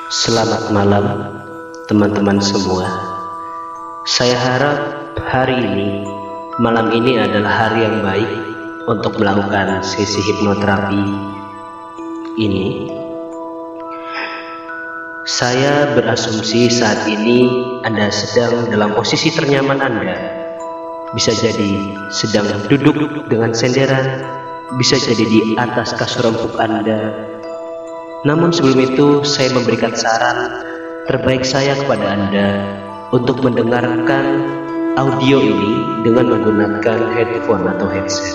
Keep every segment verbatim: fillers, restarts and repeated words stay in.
Selamat malam teman-teman semua. Saya harap hari ini, malam ini adalah hari yang baik untuk melakukan sesi hipnoterapi ini. Saya berasumsi saat ini Anda sedang dalam posisi ternyaman Anda. Bisa jadi sedang duduk dengan senderan, bisa jadi di atas kasur empuk Anda. Namun sebelum itu saya memberikan saran terbaik saya kepada Anda untuk mendengarkan audio ini dengan menggunakan headphone atau headset.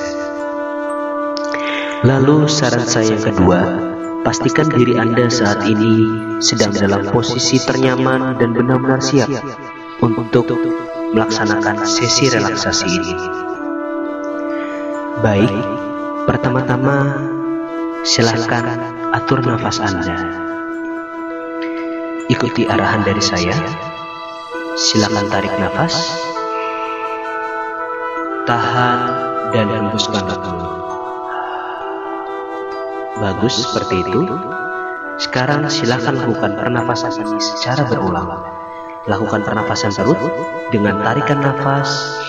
Lalu saran saya yang kedua, pastikan diri Anda saat ini sedang dalam posisi ternyaman dan benar-benar siap untuk melaksanakan sesi relaksasi ini. Baik, pertama-tama silakan atur nafas Anda. Ikuti arahan dari saya. Silakan tarik nafas, tahan dan hembuskan nafas. Bagus, seperti itu. Sekarang silakan lakukan pernafasan ini secara berulang. Lakukan pernafasan perut dengan tarikan nafas.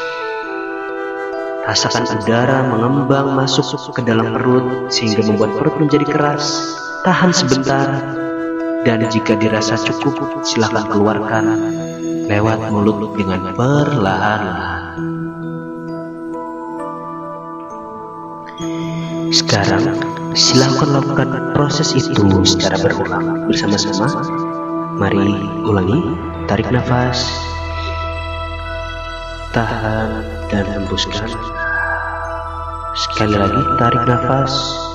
Rasakan udara mengembang masuk ke dalam perut sehingga membuat perut menjadi keras. Tahan sebentar, dan jika dirasa cukup, silakan keluarkan lewat mulut dengan perlahan-lahan. Sekarang silakan lakukan proses itu secara berulang bersama-sama. Mari ulangi. Tarik nafas, tahan dan hembuskan. Sekali lagi, tarik nafas,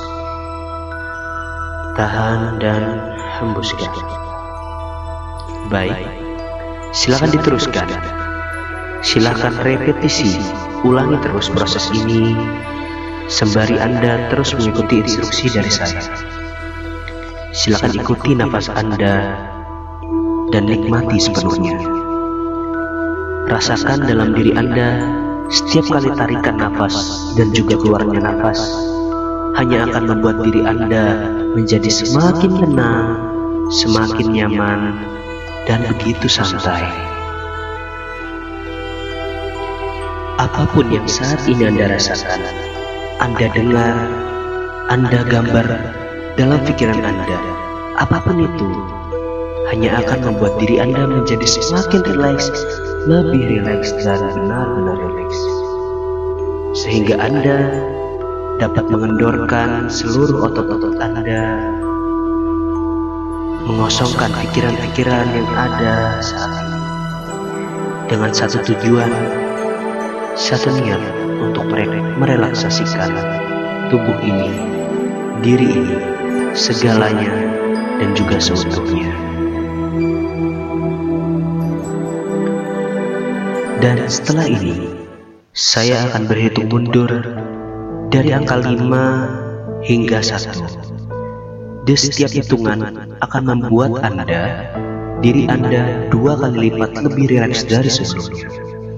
tahan dan hembuskan. Baik, silakan diteruskan. Silakan repetisi, ulangi terus proses ini sembari Anda terus mengikuti instruksi dari saya. Silakan ikuti nafas Anda dan nikmati sepenuhnya. Rasakan dalam diri Anda setiap kali tarikan nafas dan juga keluarnya nafas hanya akan membuat diri Anda menjadi semakin tenang, semakin nyaman, dan begitu santai. Apapun yang saat ini Anda rasakan, Anda dengar, Anda gambar dalam pikiran Anda, apapun itu hanya akan membuat diri Anda menjadi semakin rileks, lebih rileks dan benar-benar rileks, sehingga Anda dapat mengendorkan seluruh otot-otot Anda, mengosongkan pikiran-pikiran yang ada saat ini dengan satu tujuan, satu niat untuk merelaksasikan tubuh ini, diri ini, segalanya dan juga seutuhnya. Dan setelah ini, saya akan berhitung mundur dari angka lima hingga satu. Di setiap hitungan akan membuat Anda, diri Anda dua kali lipat lebih rileks dari sebelumnya.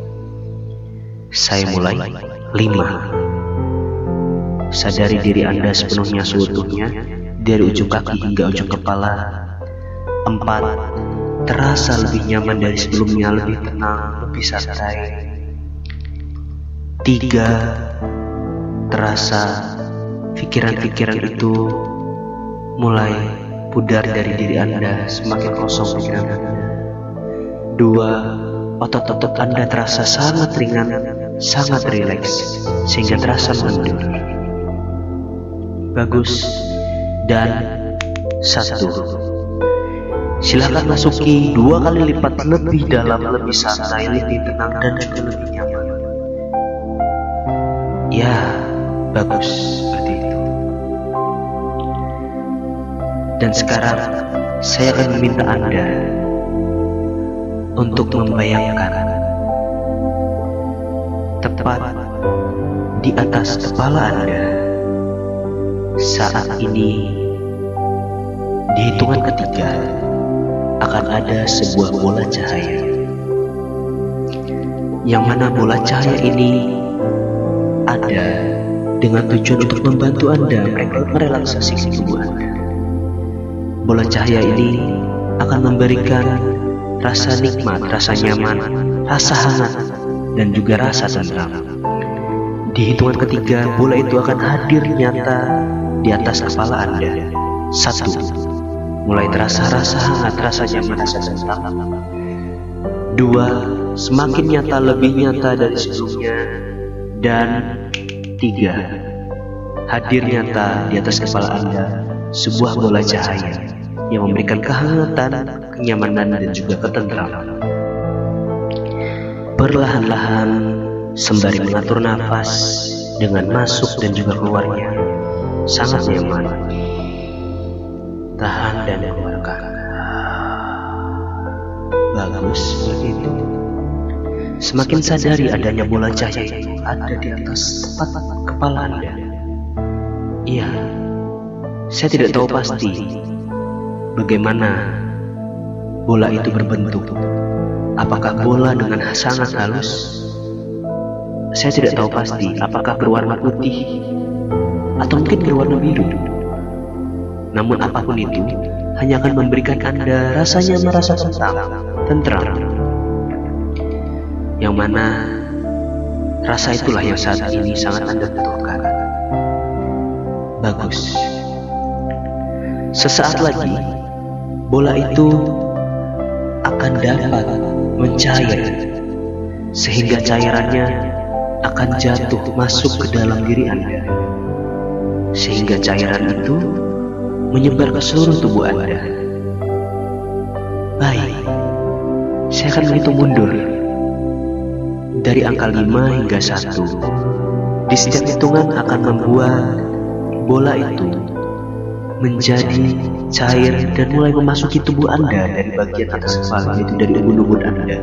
Saya mulai. Lima. Sadari diri Anda sepenuhnya seutuhnya, dari ujung kaki hingga ujung kepala. Empat. Terasa lebih nyaman dari sebelumnya, lebih tenang, lebih santai. Tiga. Terasa pikiran-pikiran itu mulai pudar dari diri Anda, semakin kosong pikiran Anda. Dua. Otot-otot Anda terasa sangat ringan, sangat rileks, sehingga terasa mengendur. Bagus. Dan satu. Silakan masuki dua kali lipat lebih dalam, lebih santai, lebih tenang, dan juga lebih nyaman. Ya, bagus, seperti itu. Dan sekarang saya akan meminta Anda untuk membayangkan tepat di atas kepala Anda saat ini, di hitungan ketiga akan ada sebuah bola cahaya, yang mana bola cahaya ini ada dengan tujuan untuk membantu Anda merelaksasi tubuh Anda. Bola cahaya ini akan memberikan rasa nikmat, rasa nyaman, rasa hangat, dan juga rasa tentram. Di hitungan ketiga, bola itu akan hadir nyata di atas kepala Anda. Satu, mulai terasa rasa hangat, rasa nyaman, rasa tentram. Dua, semakin nyata, lebih nyata dari sebelumnya. Dan tiga, hadir nyata di atas kepala Anda sebuah bola cahaya yang memberikan kehangatan, kenyamanan, dan juga ketentraman. Perlahan-lahan, sembari mengatur nafas dengan masuk dan juga keluarnya, sangat nyaman. Tahan dan keluarkan. Bagus seperti itu. Semakin sadari adanya bola cahaya itu ada di atas tepat kepala Anda. Iya, saya tidak tahu pasti bagaimana bola itu berbentuk. Apakah bola dengan sangat halus? Saya tidak tahu pasti apakah berwarna putih atau mungkin berwarna biru. Namun apapun itu, hanya akan memberikan Anda rasanya merasa tentram, tentram. Yang mana rasa itulah yang saat ini sangat Anda butuhkan. Bagus. Sesaat lagi, bola itu akan dapat mencair, sehingga cairannya akan jatuh masuk ke dalam diri Anda, sehingga cairan itu menyebar ke seluruh tubuh Anda. Baik, saya akan menghitung mundur dari angka lima hingga satu. Di setiap hitungan akan membuat bola itu menjadi cair dan mulai memasuki tubuh Anda dari bagian atas kepala, yaitu dari ubun-ubun Anda.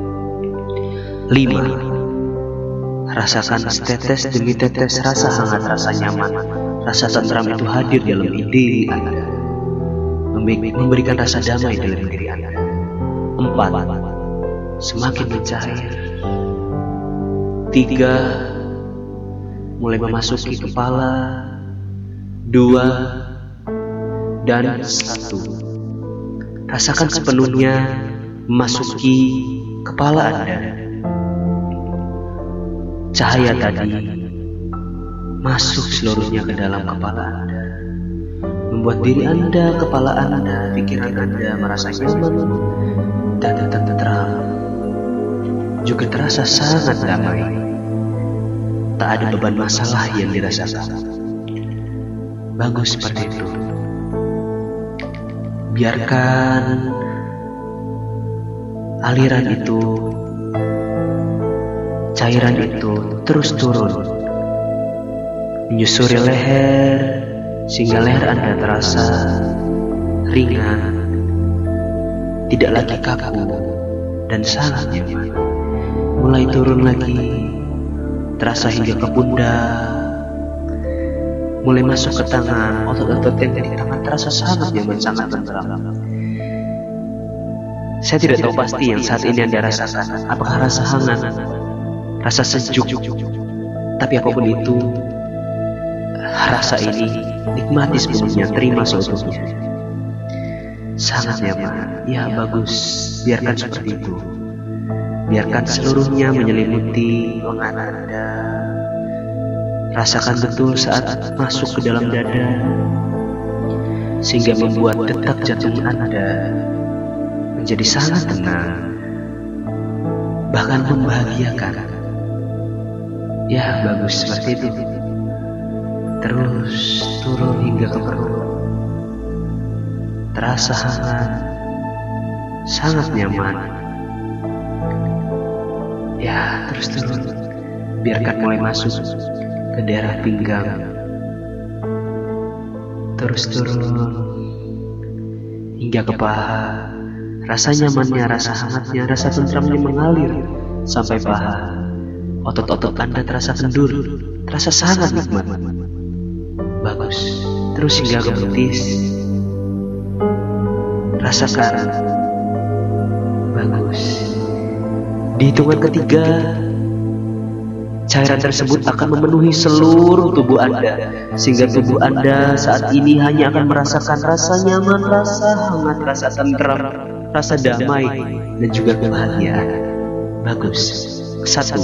Lima. Rasakan setetes demi tetes rasa hangat, rasa nyaman, rasa tentram itu hadir dalam diri Anda, memberikan rasa damai dalam diri Anda. Empat. Semakin mencair. Tiga. Mulai memasuki kepala. Dua. Dan satu. Rasakan sepenuhnya memasuki kepala Anda. Cahaya tadi masuk seluruhnya ke dalam kepala Anda, membuat diri Anda, kepala Anda, pikiran Anda merasa nyaman dan tenteram, juga terasa sangat damai. Tak ada beban masalah yang dirasakan. Bagus seperti itu. Biarkan aliran itu, cairan itu terus turun, menyusuri leher, sehingga leher Anda terasa ringan, tidak lagi kaku, dan sangat nyaman. Mulai turun lagi, terasa hingga ke pundak, mulai masuk ke tangan, otot-otot yang di tangan terasa sangat nyaman, sangat tentram. Saya tidak tahu pasti yang saat ini Anda rasakan, apakah rasa hangat, rasa sejuk, tapi apapun itu, rasa ini nikmati sepenuhnya, terima seutuhnya. Sangat nyaman, ya bagus, biarkan seperti itu. Biarkan seluruhnya menyelimuti lengan Anda. Rasakan betul saat masuk ke dalam dada, sehingga membuat detak jantung Anda menjadi sangat tenang, bahkan membahagiakan. Ya, bagus seperti itu. Terus turun hingga ke perut. Terasa hangat, sangat nyaman. Ya, terus turun. Biarkan mulai masuk ke daerah pinggang. Terus turun hingga ke paha. Rasa nyamannya, rasa hangatnya, rasa tentramnya mengalir sampai paha. Otot-otot Anda terasa kendur, terasa sangat nikmat. Bagus. Terus hingga ke betis. Rasakan. Bagus. Di hitungan ketiga, Cairan tersebut akan memenuhi seluruh tubuh Anda, sehingga tubuh Anda saat ini hanya akan merasakan rasa nyaman, rasa hangat, rasa tentram, rasa damai, dan juga kebahagiaan. Bagus. Satu,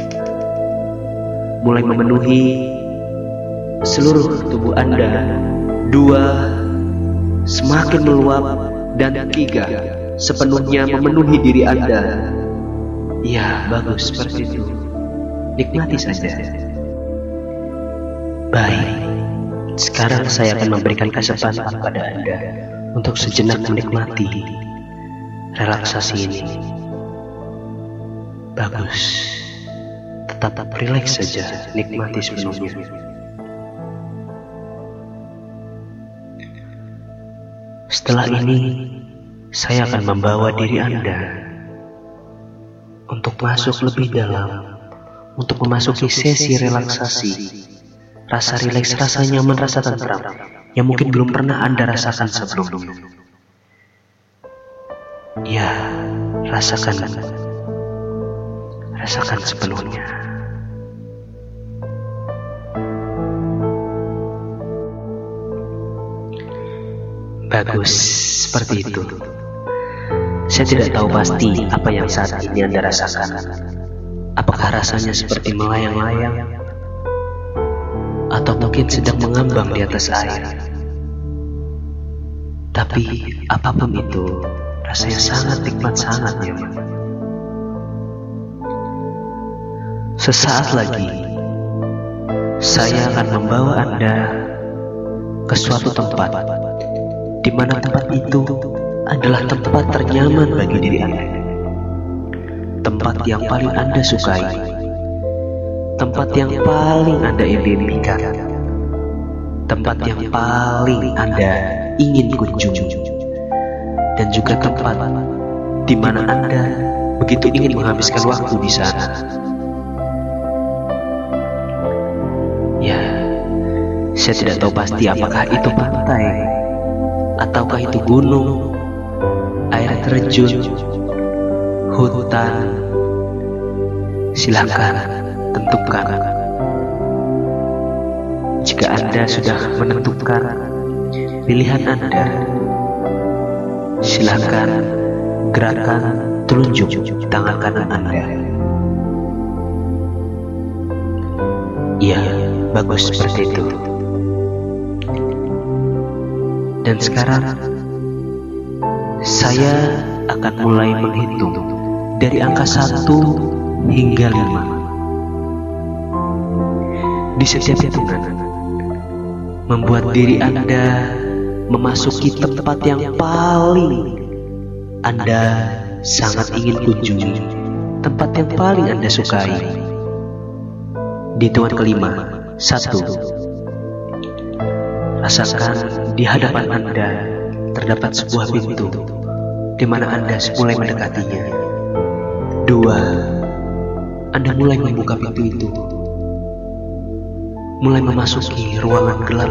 mulai memenuhi seluruh tubuh Anda. Dua, semakin meluap. Dan tiga, sepenuhnya memenuhi diri Anda. Ya, bagus, seperti itu. Nikmati saja. Baik, sekarang saya akan memberikan kesempatan pada Anda untuk sejenak menikmati relaksasi ini. Bagus, tetap rileks saja, nikmati sepenuhnya. Setelah ini, saya akan membawa diri Anda untuk masuk lebih dalam, untuk memasuki sesi relaksasi, rasa rileks, rasa nyaman, rasa tentram yang mungkin belum pernah Anda rasakan sebelumnya. Ya, rasakan, rasakan sepenuhnya. Bagus, seperti itu. Saya tidak tahu pasti apa yang saat ini Anda rasakan. Apakah rasanya seperti melayang-layang, atau mungkin sedang mengambang di atas air. Tapi apapun itu, rasanya sangat nikmat, sangat nyaman. Sesaat lagi, saya akan membawa Anda ke suatu tempat, di mana tempat itu adalah tempat ternyaman bagi diri Anda. Tempat yang paling Anda sukai, tempat yang paling Anda impikan, tempat yang paling Anda ingin kunjungi, dan juga tempat di mana Anda begitu ingin menghabiskan waktu di sana. Ya, saya tidak tahu pasti apakah itu pantai, ataukah itu gunung, air terjun, hutan. Silakan tentukan. Jika Anda sudah menentukan pilihan Anda, silakan gerakan telunjuk tangan kanan Anda. Iya, bagus, seperti itu. Dan sekarang saya akan mulai menghitung dari angka satu hingga lima. Di setiap hitungan, membuat diri Anda memasuki tempat yang paling Anda sangat ingin kunjungi, tempat yang paling Anda sukai. Di hitungan kelima, satu. Rasakan di hadapan Anda terdapat sebuah pintu, di mana Anda mulai mendekatinya. Dua, Anda mulai membuka pintu itu, mulai memasuki ruangan gelap.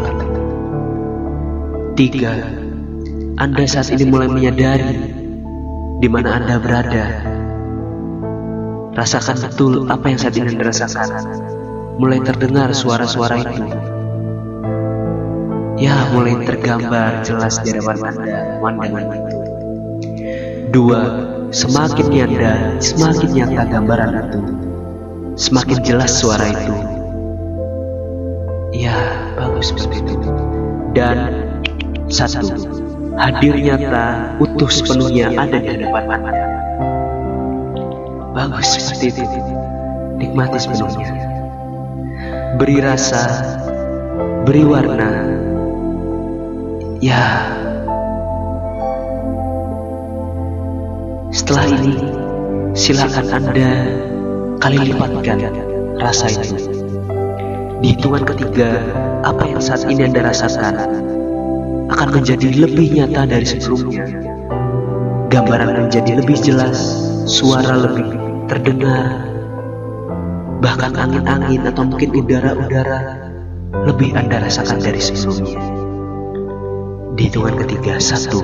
Tiga, Anda saat ini mulai menyadari di mana Anda berada. Rasakan betul apa yang saat ini Anda rasakan. Mulai terdengar suara-suara itu. Ya, mulai tergambar jelas di hadapan Anda pemandangan itu. Dua, semakin nyata, semakin nyata gambaran itu, semakin jelas suara itu. Ya, bagus seperti itu. Dan satu, hadir nyata, utuh sepenuhnya ada di hadapan Anda. Bagus seperti itu. Nikmati sepenuhnya. Beri rasa, beri warna. Ya, setelah ini silakan Anda kali lipatkan rasa itu. Di hitungan ketiga, apa yang saat ini Anda rasakan akan menjadi lebih nyata dari sebelumnya. Gambaran menjadi lebih jelas, suara lebih terdengar, bahkan angin-angin atau mungkin udara-udara lebih Anda rasakan dari sebelumnya. Di hitungan ketiga, satu,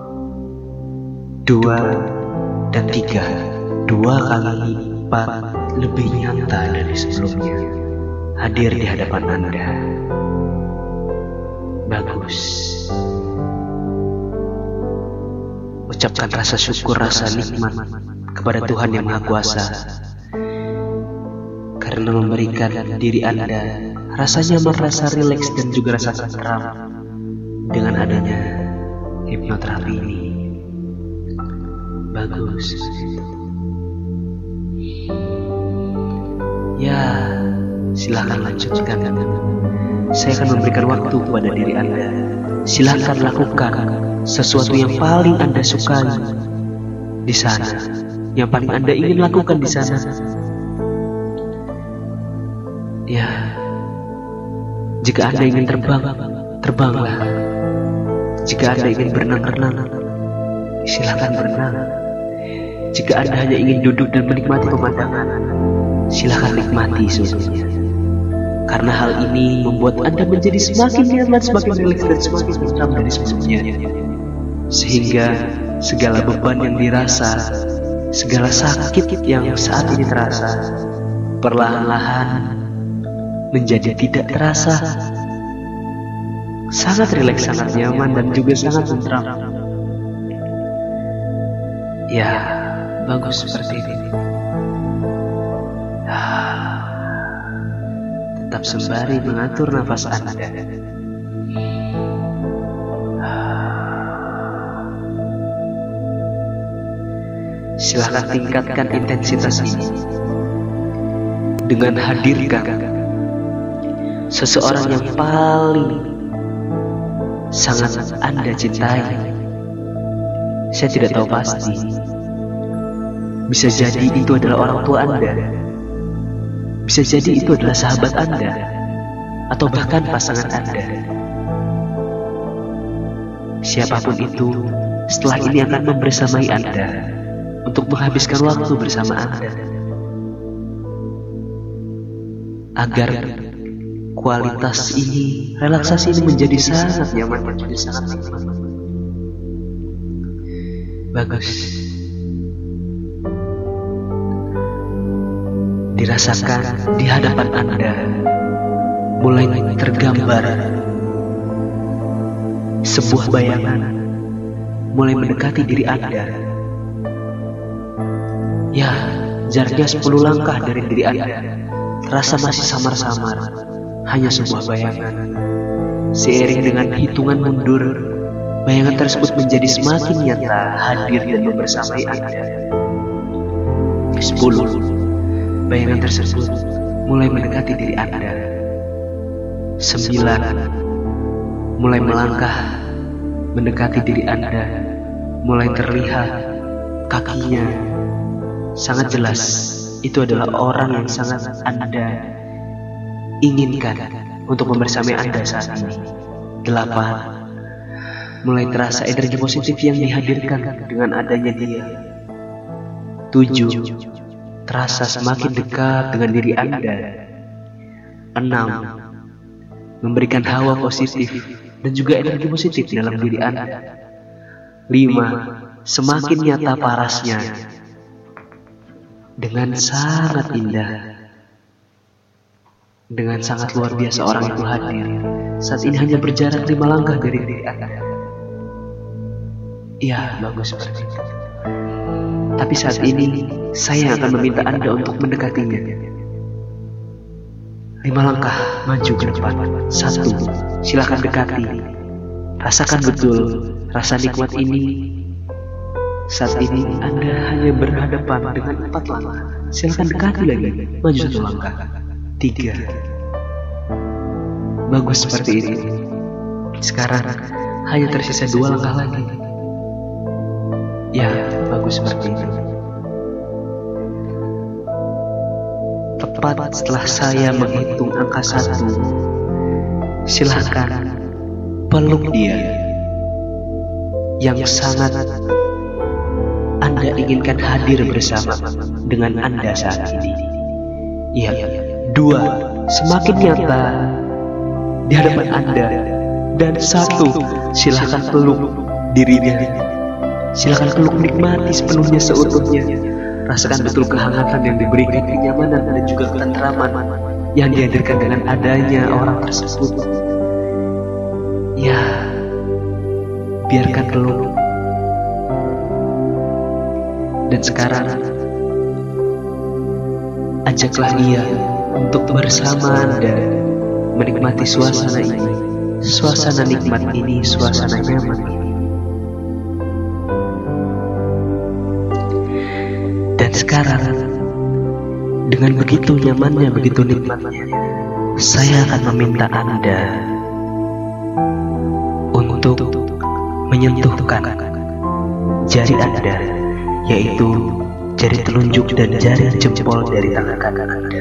dua, dan tiga. Dua kali lipat lebih nyata dari sebelumnya hadir di hadapan Anda. Bagus. Ucapkan rasa syukur, rasa nikmat kepada Tuhan Yang Maha Kuasa karena memberikan diri Anda rasa nyaman, rasa rileks, dan juga rasa tenteram dengan adanya hipnoterapi ini. Bagus. Ya, silahkan lanjutkan. Saya akan memberikan waktu kepada diri Anda. Silahkan lakukan sesuatu yang paling Anda sukai di sana, yang paling Anda ingin lakukan di sana. Ya, jika Anda ingin terbang, terbanglah. Jika Anda ingin berenang-renang, silahkan berenang. Jika Anda hanya ingin duduk dan menikmati pemandangan, silahkan nikmati semuanya. Karena hal ini membuat Anda menjadi semakin nyaman, semakin rileks, dan semakin tenang dari sebelumnya. Sehingga segala beban yang dirasa, segala sakit yang saat ini terasa, perlahan-lahan menjadi tidak terasa. Sangat rileks, sangat nyaman, dan juga sangat tenang. Ya, bagus seperti ini. Tetap sembari mengatur nafas Anda. Silahkan tingkatkan intensitas ini dengan hadirkan seseorang yang paling sangat Anda cintai. Saya tidak tahu pasti. Bisa jadi itu adalah orang tua Anda. Bisa jadi itu adalah sahabat Anda, atau bahkan pasangan Anda. Siapapun itu, setelah ini akan membersamai Anda untuk menghabiskan waktu bersama Anda, agar kualitas ini, relaksasi ini menjadi sangat nyaman, menjadi sangat nikmat. Bagus. Dirasakan di hadapan Anda mulai tergambar sebuah bayangan mulai mendekati diri Anda. Ya, jaraknya sepuluh langkah dari diri Anda, terasa masih samar-samar, hanya sebuah bayangan. Seiring dengan hitungan mundur, bayangan tersebut menjadi semakin nyata, hadir dan membersamai Anda. Sepuluh. Bayangan tersebut mulai mendekati diri Anda. Sembilan. Mulai melangkah mendekati diri Anda. Mulai terlihat kakinya. Sangat jelas itu adalah orang yang sangat Anda inginkan untuk membersamai Anda saat ini. Delapan. Mulai terasa energi positif yang dihadirkan dengan adanya dia. Tujuh. Terasa semakin dekat dengan diri Anda. Enam. Memberikan hawa positif dan juga energi positif dalam diri Anda. Lima. Semakin nyata parasnya dengan sangat indah, dengan sangat luar biasa orang itu hadir. Saat ini hanya berjarak lima langkah dari diri Anda. Ya, bagus seperti itu. Tapi saat ini saya akan meminta Anda untuk mendekatinya. Lima langkah maju ke depan. Satu, silakan dekati. Rasakan betul rasa nikmat ini. Saat ini Anda hanya berhadapan dengan empat langkah. Silakan dekati lagi. Maju satu langkah. Tiga. Bagus seperti ini. Sekarang hanya tersisa dua langkah lagi. Ya, bagus seperti itu. Tepat setelah saya menghitung angka satu, silahkan peluk dia yang sangat Anda inginkan hadir bersama dengan Anda saat ini. Ya, dua, semakin nyata di hadapan Anda. Dan satu, silahkan peluk dirinya. Silakan peluk, nikmati sepenuhnya, seutuhnya. Rasakan betul kehangatan yang diberikan, kenyamanan dan juga ketentraman yang dihadirkan dengan adanya orang tersebut. Ya, biarkan peluk. Dan sekarang, ajaklah ia untuk bersama Anda menikmati suasana ini, suasana nikmat ini, suasana nyaman ini. Dan sekarang, dengan begitu nyamannya, begitu nikmatnya, saya akan meminta Anda untuk menyentuhkan jari Anda, yaitu jari telunjuk dan jari jempol dari tangan kanan Anda.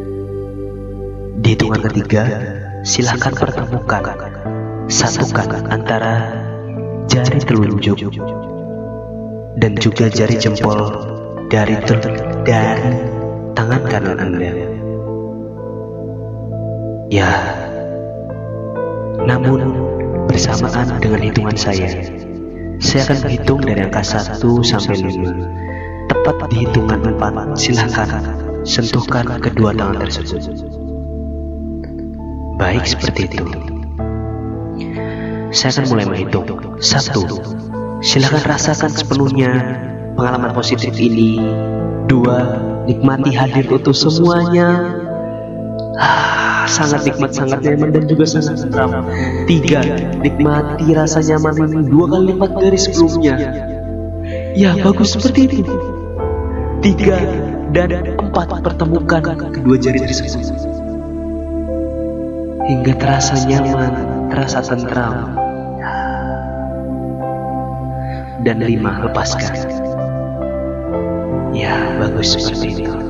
Di hitungan ketiga, silahkan pertemukan, satukan antara jari telunjuk dan juga jari jempol dari tel dari tangan kanan Anda. Ya, namun bersamaan dengan hitungan saya, saya akan menghitung dari angka satu sampai lima. Tepat di hitungan empat, silahkan sentuhkan kedua tangan tersebut. Baik, seperti itu. Saya akan mulai menghitung. Satu, silahkan rasakan sepenuhnya pengalaman positif ini. Dua, nikmati hadir utuh semuanya. Ah, sangat nikmat, sangat nyaman dan juga sangat tenteram. Tiga, nikmati rasa nyaman ini dua kali lipat dari sebelumnya. Ya, bagus, seperti itu. Tiga dan empat, pertemukan kedua jari tersebut hingga terasa nyaman, terasa tentram. Dan lima, lepaskan. Ya, bagus, seperti itu.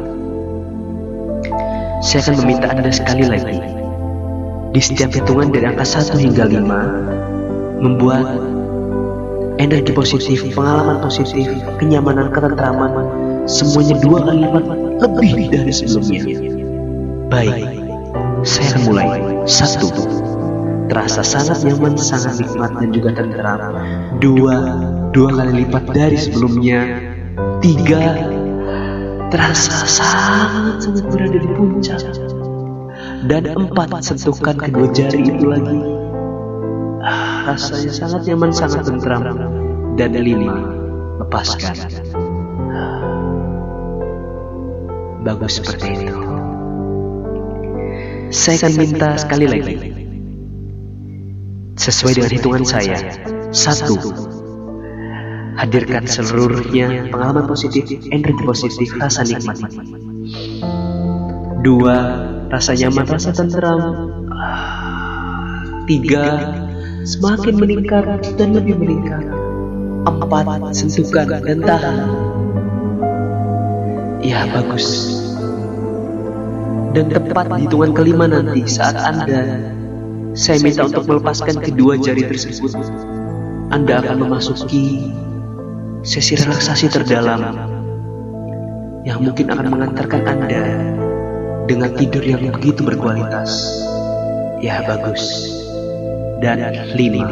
Saya akan meminta Anda sekali lagi, di setiap hitungan dari angka satu hingga lima, membuat energi positif, pengalaman positif, kenyamanan, ketentraman, semuanya dua kali lipat lebih dari sebelumnya. Baik, saya akan mulai. Satu, terasa sangat nyaman, sangat nikmat dan juga tenteram. Dua, dua kali lipat dari sebelumnya. Tiga, terasa sangat-sangat berada di puncak. Dan empat, sentuhkan kedua jari itu lagi. Ah, rasanya sangat nyaman, sangat tenteram. Dan lima, lepaskan. Bagus, seperti itu. Saya akan minta sekali lagi, sesuai dengan hitungan saya. Satu, hadirkan seluruhnya pengalaman positif, energi positif, rasa nikmat. Dua, rasa nyaman, rasa tenteram. Tiga, semakin meningkat dan lebih meningkat. Empat, sentuhkan dan tahan. Ya, bagus. Dan tepat di hitungan kelima nanti, saat Anda, saya minta untuk melepaskan kedua jari tersebut, Anda akan memasuki sesi relaksasi terdalam yang mungkin akan mengantarkan Anda dengan tidur yang begitu berkualitas. Ya, bagus. Dan lima.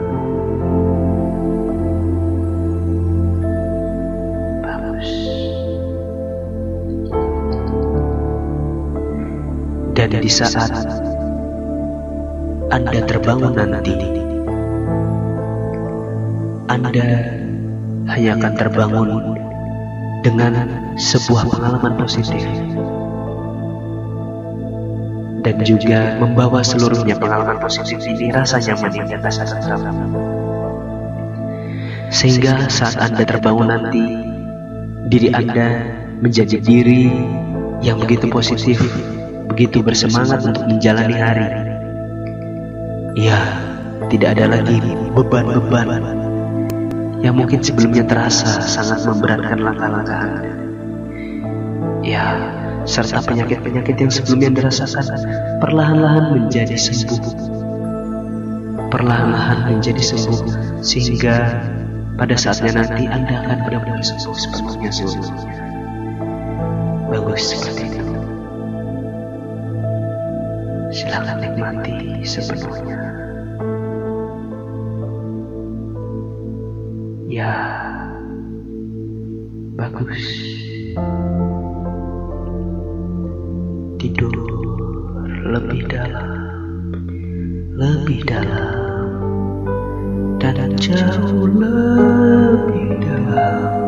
Dan di saat Anda terbangun nanti, Anda hanya akan terbangun dengan sebuah pengalaman positif dan juga membawa seluruhnya pengalaman positif ini, rasa nyaman yang di atas rasa tenteram. Sehingga saat Anda terbangun nanti, diri Anda menjadi diri yang begitu positif, begitu bersemangat untuk menjalani hari. Ya, tidak ada lagi beban-beban yang mungkin sebelumnya terasa sangat memberatkan langkah-langkah Anda. Ya, serta penyakit-penyakit yang sebelumnya dirasakan perlahan-lahan menjadi sembuh. Perlahan-lahan menjadi sembuh, sehingga pada saatnya nanti Anda akan benar-benar sembuh sepenuhnya seluruhnya. Bagus, seperti itu. Silakan nikmati sepenuhnya. Ya, bagus. Tidur lebih dalam, lebih dalam, dan jauh lebih dalam.